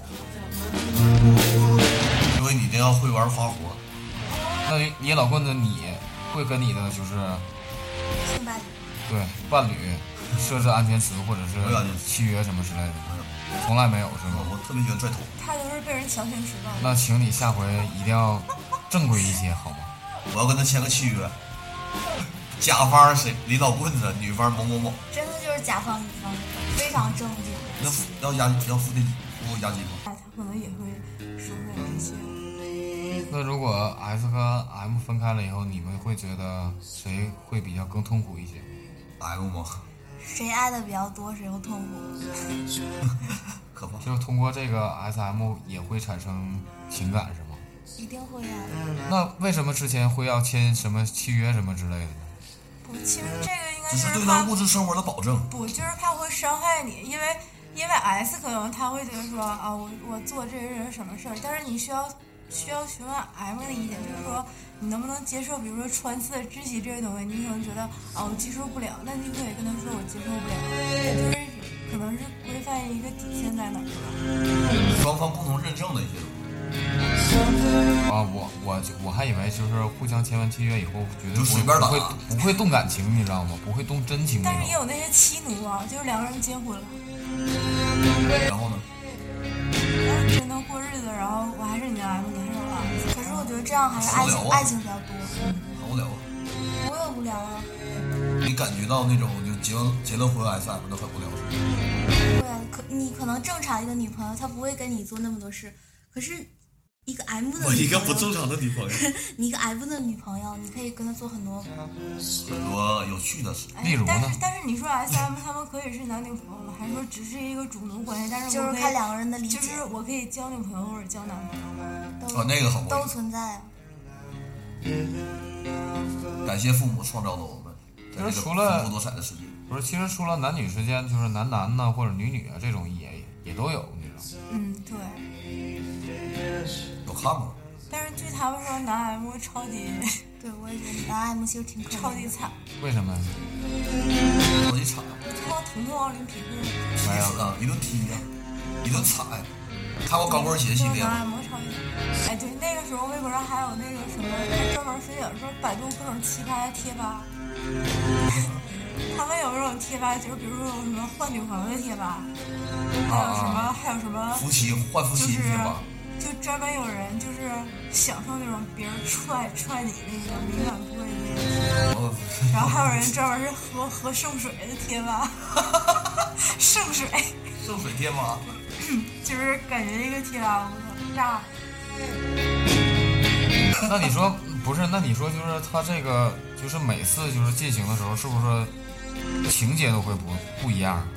因为你一定要会玩花活。 那你你老棍子，你会跟你的就是性伴侣对伴侣设置安全词或者是没有安全词契约什么之类的？从来没有是吗？ 我特别喜欢拽头。 他都是被人强行实到的。 那请你下回一定要正规一些好吗？ 我要跟他签个契约，甲方谁李老棍子，女方某某某。 真的就是甲方乙方，非常正经。 要付要押要付定付押金吗？ 他可能也会收在一些。 那如果 S 和 M 分开了以后，你们会觉得谁会比较更痛苦一些？ M 吗？ 谁爱的比较多，谁会痛苦。 可怕。 就是通过这个 S M 也会产生情感是吗？ 一定会啊。 那为什么之前会要签什么契约什么之类的呢？ 不，其实这个应该只是对怕他物质生活的保证。 不，就是怕会伤害你，因为因为 S 可能他会觉得说啊，我我做这个人什么事儿，但是你需要需要询问 M 的意见，就是说你能不能接受，比如说穿刺、肢体这些东西，你可能觉得啊我接受不了，那你可以跟他说我接受不了，就是可能是规范一个底线在哪儿。 双方共同认证的一些东西。 啊，我我我还以为就是互相签完契约以后，绝对就不会随便打不会不会动感情，你知道吗？不会动真情那种。 但是也有那些妻奴啊，就是两个人结婚了， 然后呢？ 然后真能过日子，然后我还是你的 M， 你还是我的 S。 可是我觉得这样还是爱情，爱情比较多。 好无聊啊！ 不会无聊啊。 你感觉到那种就结完结了婚 S M 的很无聊是吗？ 对啊，可你可能正常一个女朋友，她不会跟你做那么多事，可是一个 M 的女朋友， 我一个不正常的女朋友， 你一个 M 的女朋友，你可以跟她做很多。 很多有趣的事。 哎例如呢但是但是你说 S M 他们可以是男女朋友吗？还是说只是一个主奴关系？但是就是我可以看两个人的理就解， 是我可以交女朋友或者交男朋友吗？ 都、 啊那个很无聊都存在啊。 感谢父母创造了我们，在这个除了丰富多彩的世界。 不是，其实除了男女之间，就是男男呐或者女女啊这种也也都有，你知道吗？ 嗯，对。 有看过？ 但是据他们说，男 M 超级， 对我也觉得男 M 其实挺可怜的超级惨。 为什么？ 超级惨， 看过疼痛奥林匹克， 踢死啊，一顿踢呀、啊，一顿踩。看过高跟鞋系列吗？ 男 M 超级惨。哎，对，那个时候微博上还有那个什么，他专门分享说百度各种奇葩的贴吧。他们有这种贴吧，就是比如说有什么换女朋友的贴吧，还有什么， 啊、 还有什么夫妻换夫妻贴吧。 就专门有人就是享受那种别人踹踹你那个敏感部位的，然后还有人专门是喝喝圣水的贴吧，圣水， 圣水贴吧， 就是感觉一个贴吧我炸。 那你说不是？那你说就是他这个就是每次就是进行的时候，是不是情节都会不不一样？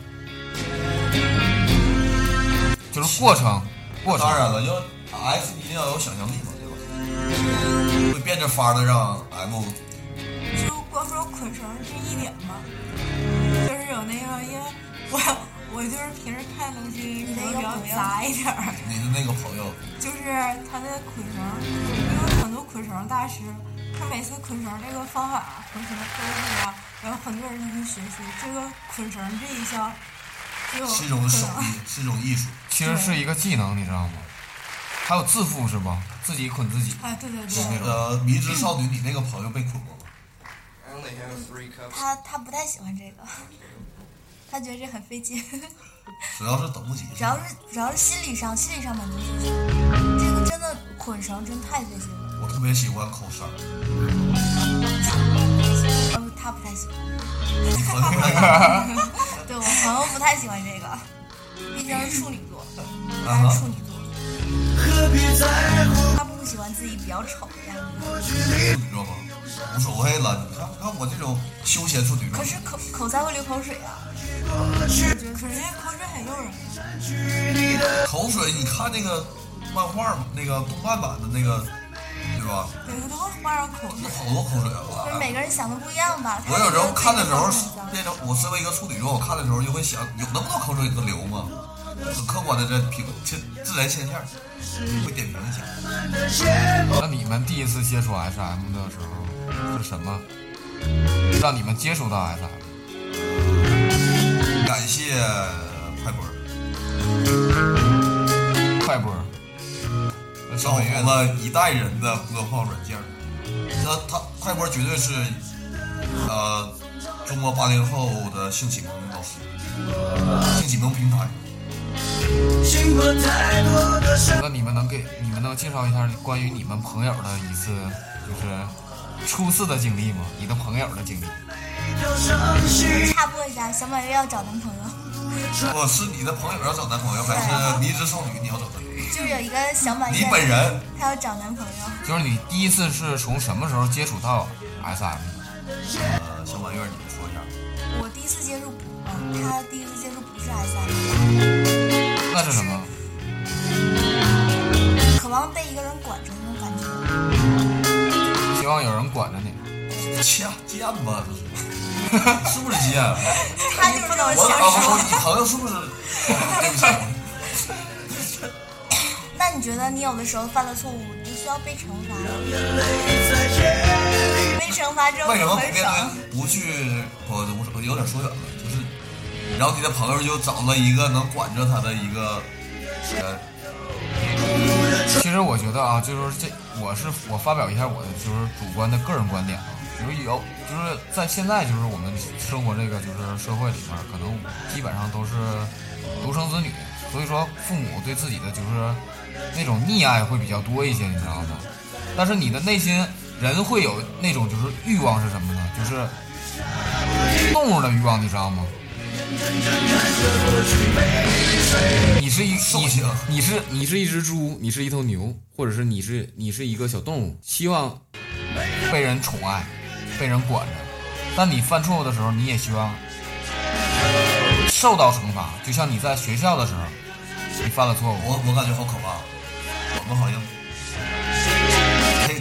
就是过程。过程当然了，要 S 一定要有想象力嘛，对吧？会变着法的让 M。 就光说捆绳这一点嘛，就是有那个，因为我我就是平时看东西可能比较杂一点儿。 你的那个朋友， 就是他的捆绳，因为很多捆绳大师，他每次捆绳这个方法和什么都不一样，然后很多人都去学习这个捆绳这一项。 是一种手艺，是一种艺术， 其实是一个技能，你知道吗？还有自负是吧？自己捆自己。 啊，对对对。 呃，迷之少女，你那个朋友被捆过吗？ 他他不太喜欢这个，他觉得这很费劲。 主要是等不及。 主要是主要是心理上心理上满足自己，这个真的捆绳真太费劲了。 我特别喜欢扣绳。 呃，他不太喜欢。 你朋友那个？ 对，我朋友不太喜欢这个，毕竟是处女座，他是处女座，他不喜欢自己比较丑的样子。 处女座吗？无所谓了，你看看我这种休闲处女座。 可是口口才会流口水啊。 是，可是口水很诱人。 口水，你看那个漫画嘛，那个动漫版的那个。对吧？ 对，他都会画上口水， 好多口水啊！ 就是每个人想的不一样吧。 我有时候看的时候，变成我身为一个处女座，我看的时候就会想，有那么多口水能流吗？很客观的这评自自然现象，会点评一下。 那你们第一次接触 S M 的时候是什么让你们接触到 S M？ 感谢快播， 快播。 造福了一代人的播放软件。那他快播绝对是呃中国八零后的性启蒙老师，性启蒙平台。 那你们能给你们能介绍一下关于你们朋友的一次就是初次的经历吗？你的朋友的经历。 插播一下，小满月要找男朋友。 我是你的朋友要找男朋友，还是迷之少女你要找男朋友？ 就是有一个小满月， 你本人他要找男朋友。 就是你第一次是从什么时候接触到 S M 的？ 呃，小满月，你说一下。 我第一次接触不，嗯，他第一次接触不是 S M， 那是什么？ 渴望被一个人管着那种感觉。 希望有人管着你。 贱贱吧，这是，是不是贱？ 他就是这么我想我说。 你朋友是不是？对不起。 那你觉得你有的时候犯了错误，你需要被惩罚吗？被惩罚之后为什么很爽。 不去？我我有点说远了，就是，然后你的朋友就找了一个能管着他的一个人。 其实我觉得啊，就是这，我是我发表一下我的就是主观的个人观点啊，就是有就是在现在就是我们生活这个就是社会里面，可能基本上都是独生子女，所以说父母对自己的就是那种溺爱会比较多一些，你知道吗？但是你的内心人会有那种就是欲望是什么呢？就是动物的欲望，你知道吗？你是一你你是你是一只猪，你是一头牛，或者是你是你是一个小动物，希望被人宠爱，被人管着。但你犯错误的时候，你也希望受到惩罚。就像你在学校的时候，你犯了错误， 我我感觉好可怕。我们好像可以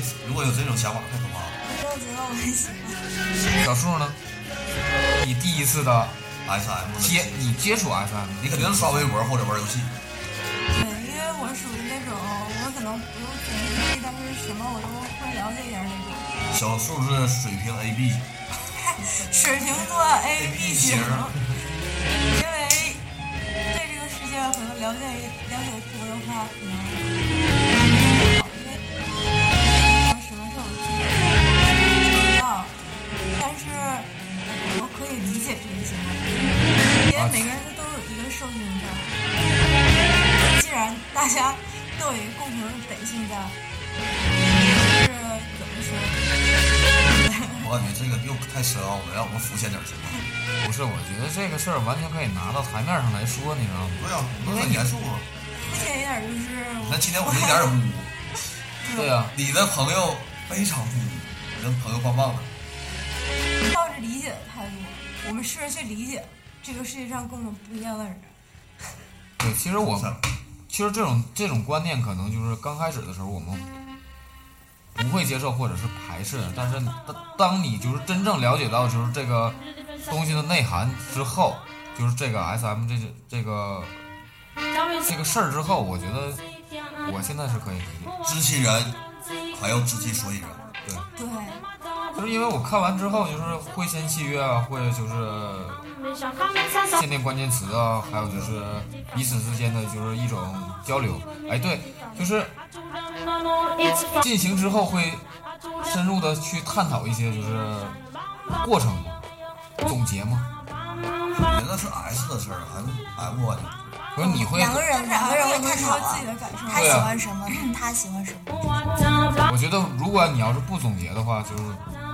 如果有这种想法，太可怕了。 我觉得我很喜欢。 小树呢？你第一次的 S M 接你接触 S M， 你肯定是刷微博或者玩游戏。 对，因为我属于那种我可能不用全力，但是什么我都会了解一点那种。 小树是水平 A B 型， 水瓶座 A B 型，因为对这个世界可能了解了解多的话，可能好，因为什么事我自己不知道，但是我可以理解这一些，因为每个人他都有一个受精在。既然大家都有一个共同的本性在，是怎么说？ 我感觉这个又太深奥了，让我们浮现点什么？ 不是，我觉得这个事儿完全可以拿到台面上来说，你知道吗？ 对呀，你很严肃啊。 肤浅一点就是， 那今天我们一点也不污。 对呀、啊， 你的朋友非常不污，你的朋友棒棒的。 抱着理解的态度，我们试着去理解这个世界上跟我们不一样的人。 对，其实我，其实这种这种观念可能就是刚开始的时候我们不会接受或者是排斥，但是当当你就是真正了解到就是这个东西的内涵之后，就是这个 S M 这这个这个事儿之后，我觉得我现在是可以理解， 知其人还要知其所以然。 对对， 就是因为我看完之后就是会先契约啊，会就是限定关键词啊，还有就是彼此之间的就是一种交流。哎，对，就是进行之后会深入的去探讨一些就是过程嘛，总结嘛。 那是 S 的事儿 ，M M 啊， 可是你会两个人两个人会探讨啊自己的感受， 他喜欢什么，他喜欢什么。 我觉得如果你要是不总结的话，就是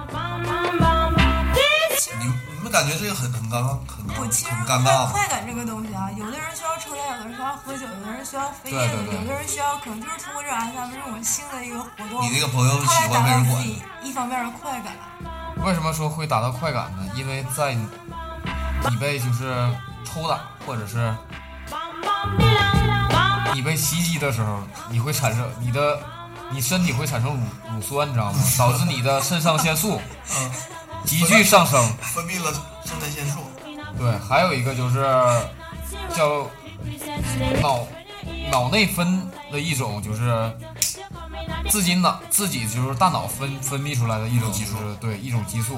你你们感觉这个很很尴尬，很我其实很尴尬吗？ 快感这个东西啊，有的人需要抽烟，有的人需要喝酒，有的人需要飞对夜， 对对有的人需要可能就是通过这种 S M 这种性的一个活动， 你那个朋友他来喜欢达到自被人管， 己一方面的快感。 为什么说会达到快感呢？因为在你被就是抽打或者是你被袭击的时候，你会产生你的你身体会产生乳乳酸，你知道吗？导致你的肾上腺素急剧上升。 分泌了肾上腺素。 对，还有一个就是叫脑脑内分的一种，就是自己脑自己就是大脑分分泌出来的一种，就是对一种激素。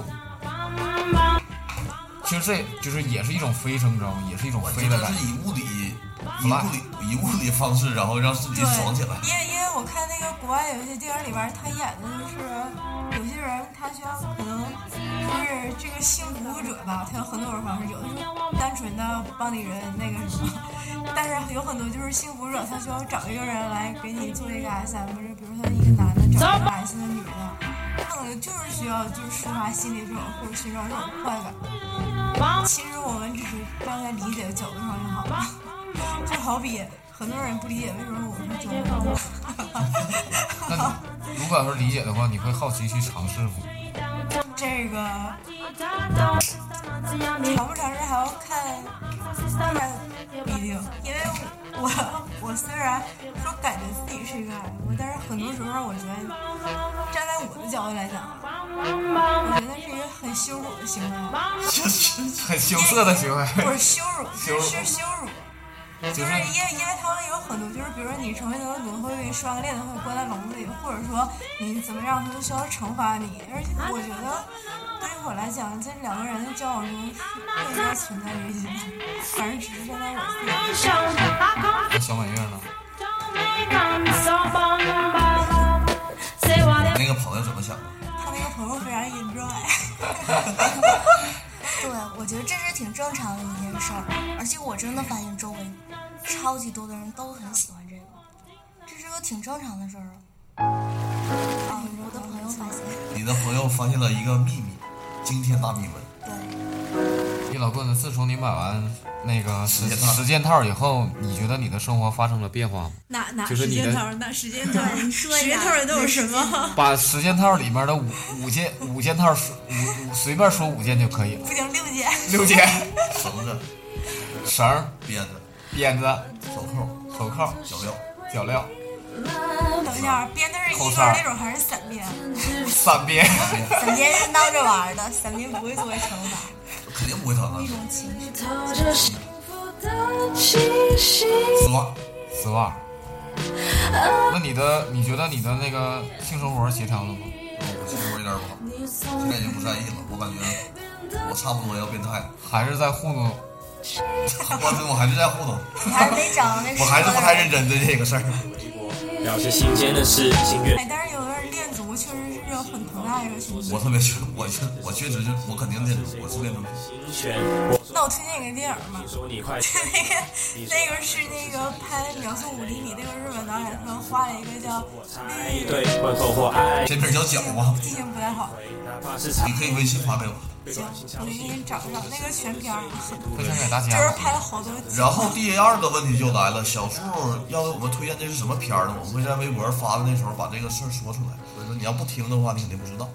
其实这就是也是一种飞升，知道吗？也是一种飞的感觉。 是以物理以物理以物理方式，然后让自己爽起来。 因为因为我看那个国外有一些电影里边，他演的就是有些人他需要可能就是这个性服务者吧，他有很多种方式，有的是单纯的帮你人那个什么，但是有很多就是性服务者，他需要找一个人来给你做一个 S M， 就比如说一个男的找一个 S 的女的，他可能就是需要就是抒发心里这种或者寻找这种快感。其实我们只是站在理解的角度上就好了，就好比很多人不理解为什么我是中文。 那如果要是理解的话，你会好奇去尝试吗？ 这个尝不尝试还要看看不一定，因为我我虽然说感觉自己是一个 M， 但是很多时候我觉得站在我的角度来讲，我觉得是一个很羞辱的行为， 很羞涩的行为。 不是羞辱， 羞辱是羞辱。就是因为因为他们有很多，就是比如说你成为那个轮会被拴个链子，会关在笼子里，或者说你怎么样，他们需要惩罚你。而且我觉得对于我来讲，在两个人的交往中是不应该存在这些，反正只是站在我自己。 那小满月呢？ 那个朋友怎么想的？ 他那个朋友非常 enjoy。 对，我觉得这是挺正常的一件事儿，而且我真的发现周围超级多的人都很喜欢这个，这是个挺正常的事儿啊。啊，我的朋友发现， 你的朋友发现了一个秘密，惊天大秘闻。 对， 一老棍子，自从你买完那个时间套时间套以后，你觉得你的生活发生了变化吗？ 哪哪就是你的时间套？哪时间套？ 你说时间套里都有什么？ 把时间套里面的五五件五件套五五随便说五件就可以了。 不行，六件。 六件： 绳子、 绳儿、 鞭子、 鞭子、 手扣、 手铐、 脚镣、 脚镣。 等一下，编的是一根那种还是散编？ 散编。 散编是闹着玩的，散编不会作为惩罚。 肯定不会疼啊。 一种情绪。 丝袜， 丝袜。那你的，你觉得你的那个性生活协调了吗？ 我性生活有点不好，现在已经不在意了。我感觉我差不多要变态了， 还是在糊弄。 我我还是在糊弄， 你还是没找那。 我还是不太认真对这个事儿。 了解新鲜的事，心愿。 哎，但是有的人练足确实是有很疼爱一个情绪。 我特别确，我确我确实是，我肯定练足，我是练足。 那我推荐一个电影吧，那个那个是那个拍《秒速五厘米》那个日本导演，他画了一个叫对问候或爱， 这名叫脚吗？ 记性不太好。 你可以微信发给我。 行，我给你找找那个全片儿， 分享给大家。 就是拍了好多集。 然后第二个问题就来了，小树要给我们推荐这是什么片儿呢？我们会在微博发的那时候把这个事儿说出来。所以说你要不听的话，你肯定不知道。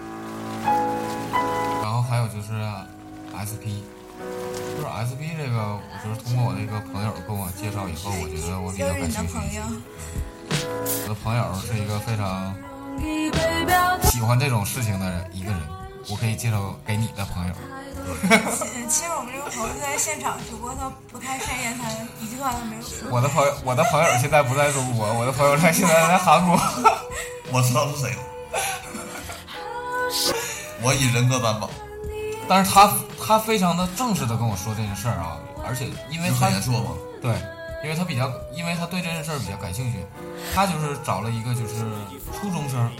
然后还有就是 S P， 就是 S P 这个，我就是通过我那个朋友跟我介绍以后，我觉得我比较感兴趣。我的朋友是一个非常喜欢这种事情的人，一个人。我可以介绍给你的朋友。 其实我们这个朋友在现场，只不过他不太善言谈，一句话都没有说。 我的朋友，我的朋友现在不在中国，我的朋友在现在在韩国。 我知道是谁了。我以人格担保。 但是他他非常的正式的跟我说这件事儿啊，而且因为他说嘛， 对，因为他比较，因为他对这件事儿比较感兴趣，他就是找了一个就是初中生。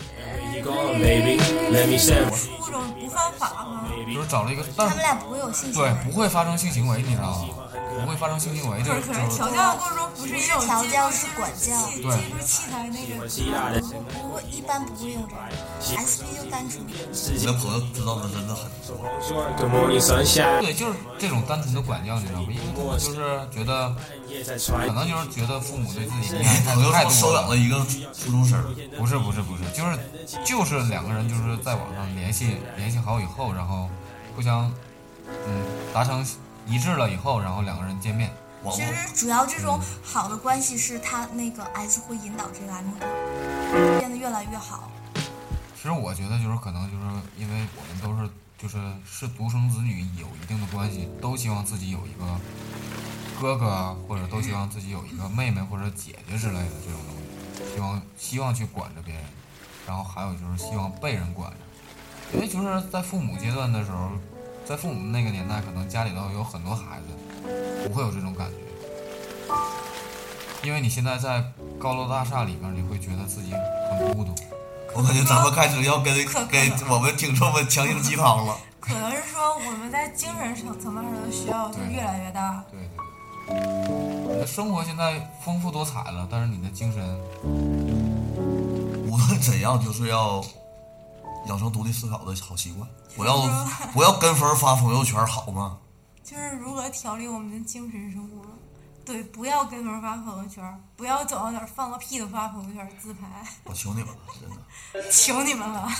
初中不犯法吗？ 就是找了一个，但是他们俩不会有性行为， 对，不会发生性行为，你知道吗？不会发生性行为，这可能调教的过程中不是有调教是管教， 接触器材那个， 不会一般不会用这个 S P 就单纯。 你的朋友知道的真的很多。 对，就是这种单纯的管教，你知道吗？因为他们就是觉得，可能就是觉得父母对自己溺爱朋友太多了。 收养了一个初中生， 不是不是不是，就是就是两个人就是在网上联系联系好以后，然后互相嗯达成一致了以后，然后两个人见面。 其实主要这种好的关系是他那个 S 会引导这个 M 的变得越来越好。 其实我觉得就是可能就是因为我们都是就是是独生子女，有一定的关系，都希望自己有一个哥哥啊，或者都希望自己有一个妹妹或者姐姐之类的这种东西，希望希望去管着别人，然后还有就是希望被人管着，因为就是在父母阶段的时候，在父母那个年代，可能家里头有很多孩子，不会有这种感觉，因为你现在在高楼大厦里面，你会觉得自己很孤独。 我感觉咱们开始要跟给我们听众们强行鸡汤了。 可能是说我们在精神层层面上的需要就越来越大。 对对对，你的生活现在丰富多彩了，但是你的精神， 无论怎样，就是要养成独立思考的好习惯。不要不要跟风发朋友圈，好吗？ 就是如何调理我们的精神生活。对，不要跟风发朋友圈，不要走到哪儿放个屁都发朋友圈自拍。 我求你们了，真的， 求你们了。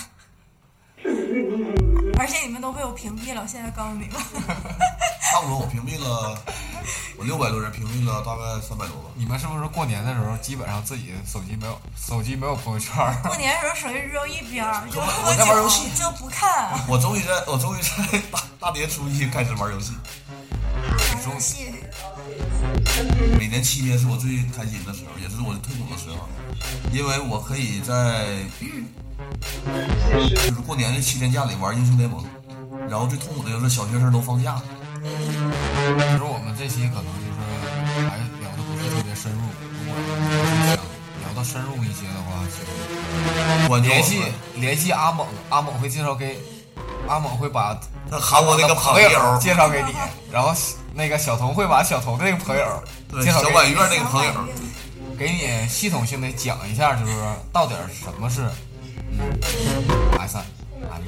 而且你们都被我屏蔽了，我现在告诉你们。 差不多，我屏蔽了，我六百多人，屏蔽了大概三百多吧。 你们是不是过年的时候基本上自己手机没有手机没有朋友圈？ 过年的时候手机扔一边儿，就我在玩游戏， 就不看。 我终于在我终于在大大年初一开始玩游戏。 玩游戏。 每年七天是我最开心的时候，也是我最痛苦的时候，因为我可以在就是过年的七天假里玩英雄联盟，然后最痛苦的就是小学生都放假了。 其实我们这期可能就是还聊的不是特别深入，如果想聊到深入一些的话， 我联系联系阿猛，阿猛会介绍给阿猛会把韩国那个朋友介绍给你，然后那个小童会把小童那个朋友介绍给小婉月那个朋友， 给你系统性的讲一下，就是到底什么是嗯 S M。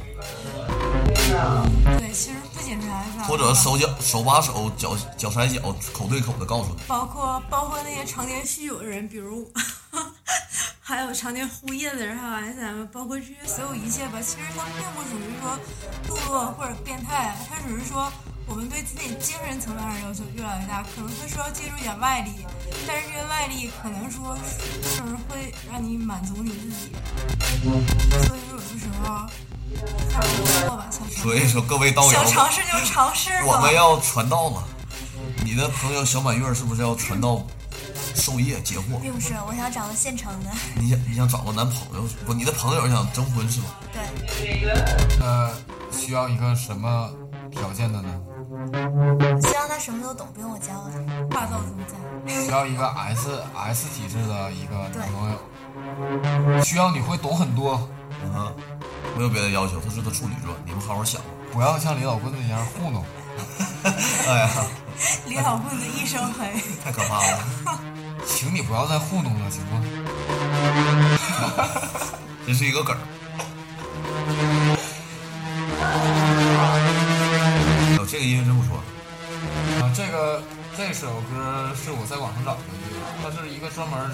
对，其实不仅是 S M， 或者手脚手把手，脚脚踩脚，口对口的告诉你。 包括包括那些常年酗酒的人，比如还有常年呼夜的人，还有 S M， 包括这些所有一切吧。其实他并不属于说堕落或者变态，他只是说我们对自己精神层面上要求越来越大，可能会需要借助一点外力，但是这个外力可能说是会让你满足你自己，所以说有的时候看不错吧，想所以说各位道友， 想尝试就尝试吧。 我们要传道了。你的朋友小满月是不是要传道授业解惑？ 并不是，我想找个现成的。 你想你想找个男朋友不？你的朋友想征婚是吧？ 对。 呃，需要一个什么条件的呢？ 希望他什么都懂，不用我教他。 霸道总裁。 需要一个 S S 体质的一个男朋友。需要你会懂很多。 嗯哼，没有别的要求，他是个处女座，你们好好想。 不要像李老棍子一样糊弄。 哎呀， 李老棍子一身黑， 太可怕了。 请你不要再糊弄了，行吗？ 这是一个梗儿。哦，这个音乐真不错。 啊，这个这首歌是我在网上找的一个，它是一个专门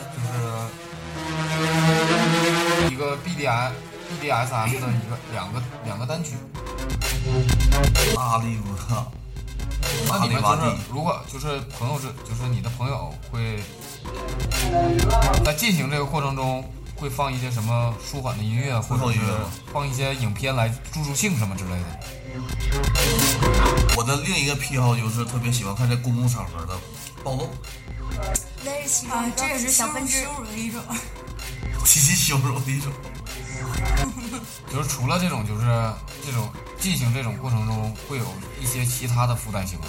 就是一个 B D I B D S M 的一个两个两个单曲。 阿里不卡， 那你们就是如果就是朋友是就是你的朋友会在进行这个过程中会放一些什么舒缓的音乐，或者是放一些影片来助助兴什么之类的。 我的另一个癖好就是特别喜欢看在公共场合的暴露。 那是其中啊， 一这也是小分支羞辱的一种。 极其羞辱的一种。 就是除了这种，就是这种进行这种过程中，会有一些其他的附带行为。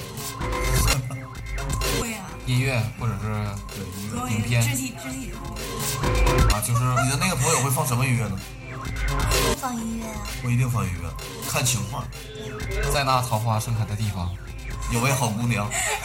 会啊。 音乐或者是对影片。 肢体肢体。 啊，就是你的那个朋友会放什么音乐呢？ 不放音乐啊。 不一定放音乐，看情况。 在那桃花盛开的地方， 有位好姑娘。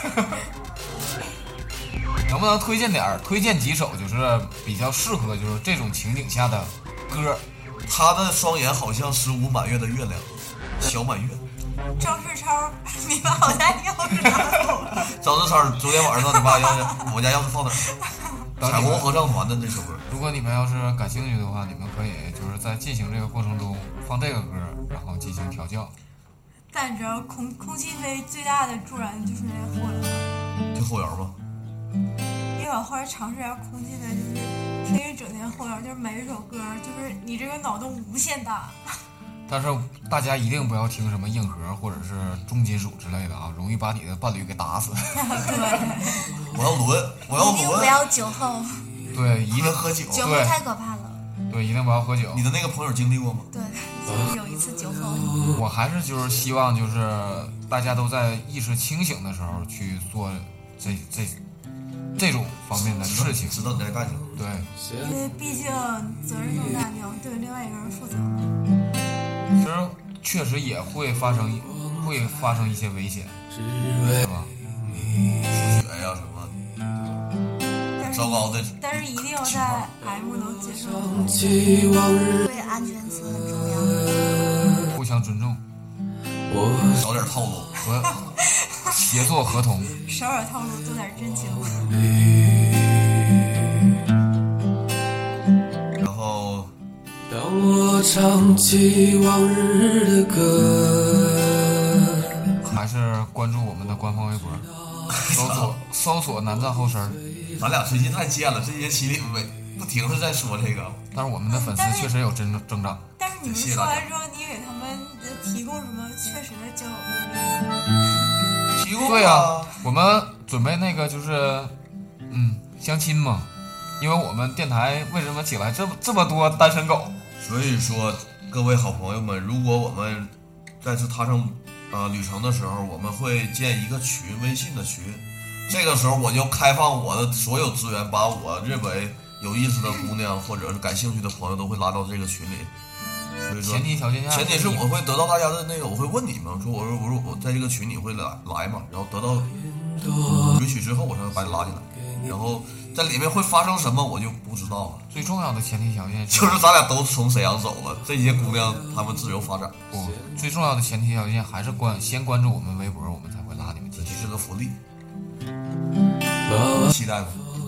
能不能推荐点儿？推荐几首就是比较适合就是这种情景下的歌。 他的双眼好像十五满月的月亮，小满月。 张世超，你把我家钥匙拿走了。 张世超，昨天晚上你把钥匙，我家钥匙放哪儿？彩虹合唱团的那首歌。 如果你们要是感兴趣的话，你们可以就是在进行这个过程中放这个歌，然后进行调教。 但你知道空空气飞最大的助燃就是那个后摇。 就后摇吧。 因为我后来尝试一下空气飞，就是听一整天后摇，就是每一首歌，就是你这个脑洞无限大。 但是大家一定不要听什么硬核或者是重金属之类的啊，容易把你的伴侣给打死。 对， 我要轮，我要一定轮。 不要酒后。 对，一定喝酒。 酒后太可怕了。 对，一定不要喝酒。 你的那个朋友经历过吗？ 对，就是有一次酒后。 我还是就是希望就是大家都在意识清醒的时候去做这这这种方面的事情， 知道你在干什么。 对， 因为毕竟责任重大，你要对另外一个人负责。 其实确实也会发生，会发生一些危险，是吧？ 出血呀什么，糟糕的。 但是一定要在 M 能接受。 对，安全词很重要。 互相尊重， 少点套路和协作合同， 少点套路，多点真情。 然后。 当我唱起往日的歌， 还是关注我们的官方微博，搜索搜索南藏后身。 咱俩最近太贱了，这些期里没不停的在说这个。 但是我们的粉丝确实有增增长。 但是你们说完之后，你给他们提供什么确实的交友？ 提供对啊，我们准备那个就是嗯相亲嘛，因为我们电台为什么请来这这么多单身狗？ 所以说，各位好朋友们，如果我们再次踏上呃旅程的时候，我们会建一个群，微信的群。这个时候我就开放我的所有资源，把我认为有意思的姑娘或者是感兴趣的朋友都会拉到这个群里。所以说， 前提条件下， 前提是我会得到大家的那个，我会问你们说，我说我说我在这个群里会来来嘛，然后得到允许之后，我才会把你拉进来。然后在里面会发生什么，我就不知道了。 最重要的前提条件就是咱俩都从沈阳走了，这些姑娘她们自由发展。 不，最重要的前提条件还是关先关注我们微博，我们才会拉你们进去。 这是个福利，期待吗？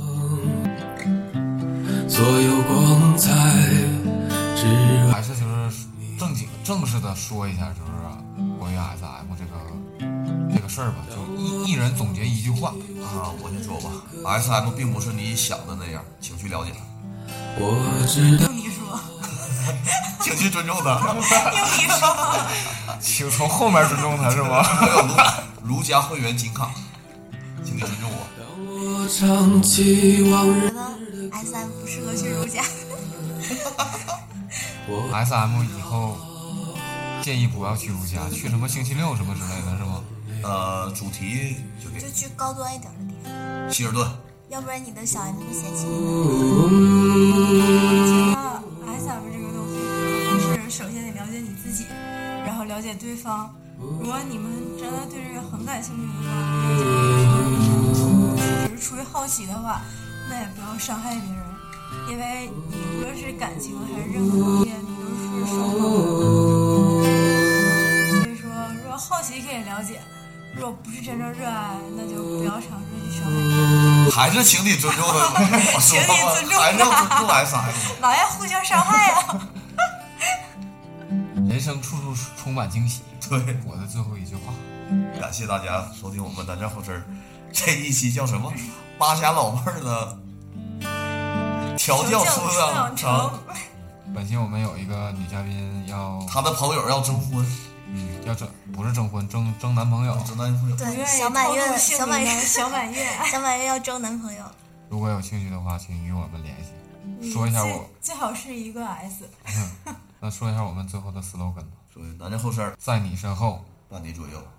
所有光彩， 还是就是正经正式的说一下，就是关于 S M 这个这个个事儿吧，就一一人总结一句话啊，我先说吧 ，S M 并不是你想的那样，请去了解。 我知道用你说， 请去尊重他。 用你说， 请从后面尊重他是吗？ 我有儒儒家会员金卡，请你尊重我。 我唱起往日我觉得 S M 不适合去儒家。 S M 以后建议不要去儒家，去什么星期六什么之类的是吗？ 呃，主题就给就去高端一点的店， 希尔顿。 要不然你的小 M 会嫌弃你。 我觉得 S M 这个东西，是首先得了解你自己，然后了解对方。如果你们真的对这个很感兴趣的话，只是出于好奇的话，那也不要伤害别人，因为你无论是感情还是任何方面，你都是双方的。所以说，如果好奇可以了解，如果不是真正热爱，那就不要尝试去伤害别人。 还是请你尊重他， 请你尊重他还是要尊重 S M。 老爱互相伤害啊！ 人生处处充满惊喜。 对， 我的最后一句话， 感谢大家收听我们南站后身这一期叫什么？八侠老妹儿的调教出养成。 本期我们有一个女嘉宾要， 她的朋友要征婚， 嗯，要征不是征婚，征征男朋友。 征男朋友。 对，小满月，小满月， 小满月， 小满月要征男朋友。 如果有兴趣的话，请与我们联系。说一下我最好是一个 S。 嗯，那说一下我们最后的 slogan 吧。 所以南站后身在你身后， 伴你左右。